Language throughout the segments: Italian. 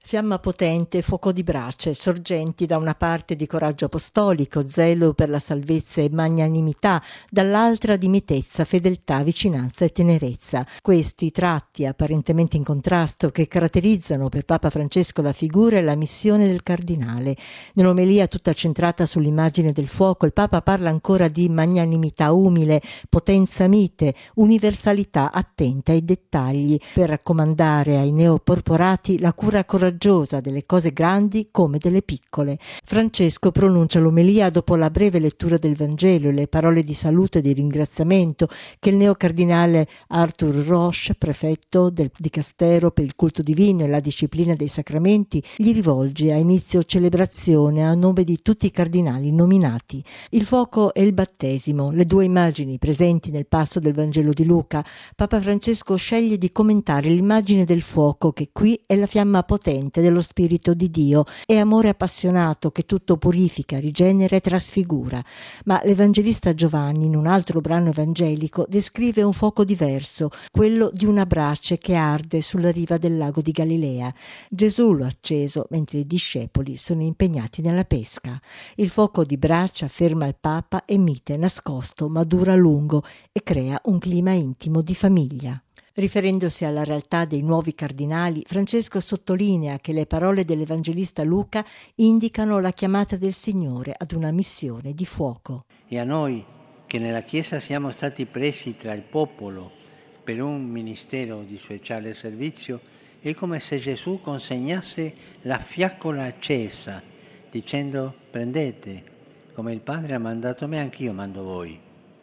Fiamma potente, fuoco di brace, sorgenti da una parte di coraggio apostolico, zelo per la salvezza e magnanimità, dall'altra di mitezza, fedeltà, vicinanza e tenerezza. Questi tratti apparentemente in contrasto che caratterizzano per Papa Francesco la figura e la missione del cardinale. Nell'omelia tutta centrata sull'immagine del fuoco, il Papa parla ancora di magnanimità umile, potenza mite, universalità attenta ai dettagli, per raccomandare ai neoporporati la cura coraggiosa delle cose grandi come delle piccole. Francesco pronuncia l'omelia dopo la breve lettura del Vangelo e le parole di saluto e di ringraziamento che il neocardinale Arthur Roche, prefetto del dicastero per il culto divino e la disciplina dei sacramenti, gli rivolge a inizio celebrazione a nome di tutti i cardinali nominati. Il fuoco e il battesimo, le due immagini presenti nel passo del Vangelo di Luca. Papa Francesco sceglie di commentare l'immagine del fuoco che qui è la fiamma potente dello Spirito di Dio, è amore appassionato che tutto purifica, rigenera e trasfigura. Ma l'Evangelista Giovanni, in un altro brano evangelico, descrive un fuoco diverso, quello di una brace che arde sulla riva del lago di Galilea. Gesù lo ha acceso mentre i discepoli sono impegnati nella pesca. Il fuoco di brace, afferma il Papa, è mite, nascosto, ma dura a lungo e crea un clima intimo di famiglia. Riferendosi alla realtà dei nuovi cardinali, Francesco sottolinea che le parole dell'Evangelista Luca indicano la chiamata del Signore ad una missione di fuoco. E a noi, che nella Chiesa siamo stati presi tra il popolo per un ministero di speciale servizio, è come se Gesù consegnasse la fiaccola accesa, dicendo: prendete, come il Padre ha mandato me, anch'io mando voi.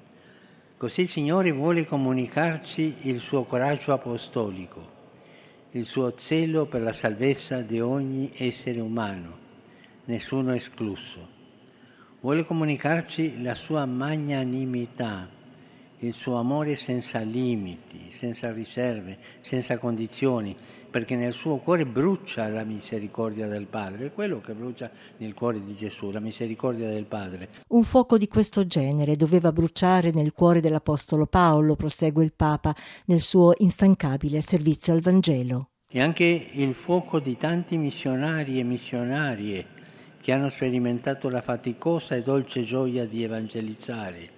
Così il Signore vuole comunicarci il suo coraggio apostolico, il suo zelo per la salvezza di ogni essere umano, nessuno escluso. Vuole comunicarci la sua magnanimità, il suo amore senza limiti, senza riserve, senza condizioni, perché nel suo cuore brucia la misericordia del Padre, è quello che brucia nel cuore di Gesù, la misericordia del Padre. Un fuoco di questo genere doveva bruciare nel cuore dell'Apostolo Paolo, prosegue il Papa, nel suo instancabile servizio al Vangelo. E anche il fuoco di tanti missionari e missionarie che hanno sperimentato la faticosa e dolce gioia di evangelizzare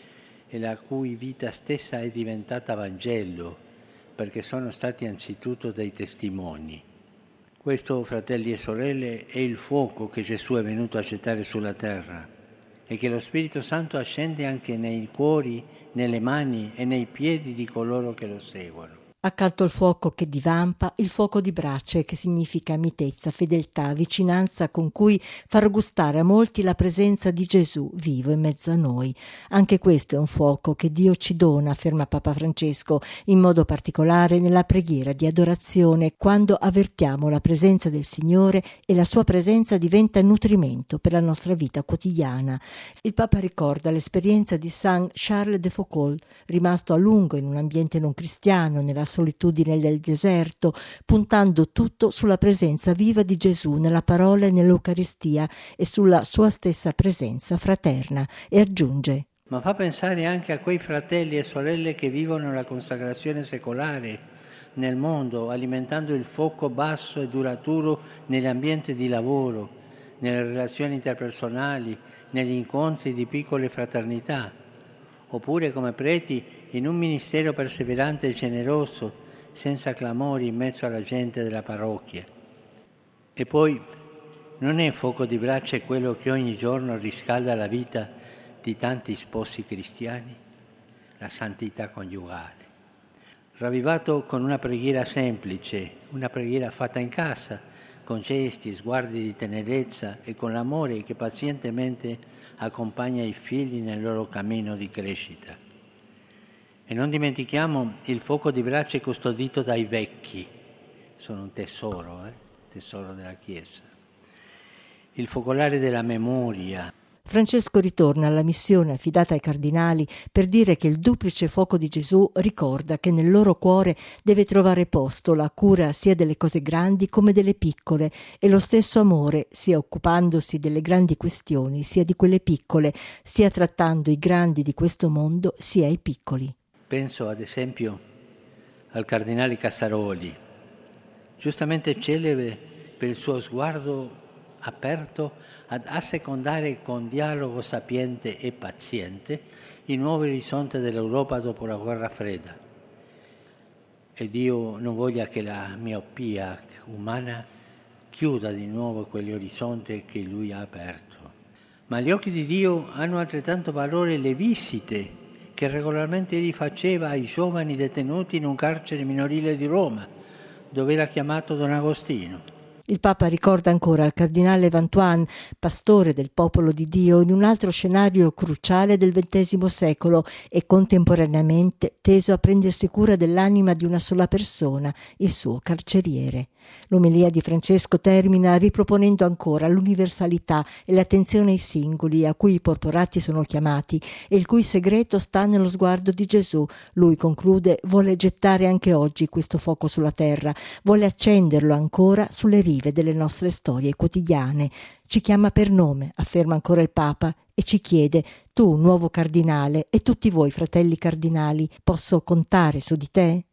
e la cui vita stessa è diventata Vangelo, perché sono stati anzitutto dei testimoni. Questo, fratelli e sorelle, è il fuoco che Gesù è venuto a gettare sulla terra e che lo Spirito Santo accende anche nei cuori, nelle mani e nei piedi di coloro che lo seguono. Accanto al fuoco che divampa, il fuoco di brace, che significa mitezza, fedeltà, vicinanza, con cui far gustare a molti la presenza di Gesù vivo in mezzo a noi. Anche questo è un fuoco che Dio ci dona, afferma Papa Francesco, in modo particolare nella preghiera di adorazione, quando avvertiamo la presenza del Signore e la sua presenza diventa nutrimento per la nostra vita quotidiana. Il Papa ricorda l'esperienza di Saint Charles de Foucauld, rimasto a lungo in un ambiente non cristiano, nella solitudine del deserto, puntando tutto sulla presenza viva di Gesù nella parola e nell'Eucaristia e sulla sua stessa presenza fraterna, e aggiunge: ma fa pensare anche a quei fratelli e sorelle che vivono la consacrazione secolare nel mondo, alimentando il fuoco basso e duraturo nell'ambiente di lavoro, nelle relazioni interpersonali, negli incontri di piccole fraternità, oppure come preti in un ministero perseverante e generoso, senza clamori in mezzo alla gente della parrocchia. E poi non è fuoco di brace quello che ogni giorno riscalda la vita di tanti sposi cristiani? La santità coniugale, ravvivato con una preghiera semplice, una preghiera fatta in casa, con gesti, sguardi di tenerezza e con l'amore che pazientemente accompagna i figli nel loro cammino di crescita. E non dimentichiamo il fuoco di brace custodito dai vecchi, sono un tesoro della Chiesa. Il focolare della memoria. Francesco ritorna alla missione affidata ai cardinali per dire che il duplice fuoco di Gesù ricorda che nel loro cuore deve trovare posto la cura sia delle cose grandi come delle piccole, e lo stesso amore, sia occupandosi delle grandi questioni sia di quelle piccole, sia trattando i grandi di questo mondo sia i piccoli. Penso ad esempio al cardinale Casaroli, giustamente celebre per il suo sguardo aperto ad assecondare con dialogo sapiente e paziente il nuovo orizzonte dell'Europa dopo la guerra fredda. E Dio non voglia che la miopia umana chiuda di nuovo quegli orizzonti che Lui ha aperto. Ma agli occhi di Dio hanno altrettanto valore le visite che regolarmente Egli faceva ai giovani detenuti in un carcere minorile di Roma, dove era chiamato Don Agostino. Il Papa ricorda ancora il cardinale Vantuan, pastore del popolo di Dio, in un altro scenario cruciale del XX secolo e contemporaneamente teso a prendersi cura dell'anima di una sola persona, il suo carceriere. L'omelia di Francesco termina riproponendo ancora l'universalità e l'attenzione ai singoli a cui i porporati sono chiamati e il cui segreto sta nello sguardo di Gesù. Lui, conclude, vuole gettare anche oggi questo fuoco sulla terra, vuole accenderlo ancora sulle rive delle nostre storie quotidiane. Ci chiama per nome, afferma ancora il Papa, e ci chiede: tu, nuovo cardinale, e tutti voi, fratelli cardinali, posso contare su di te?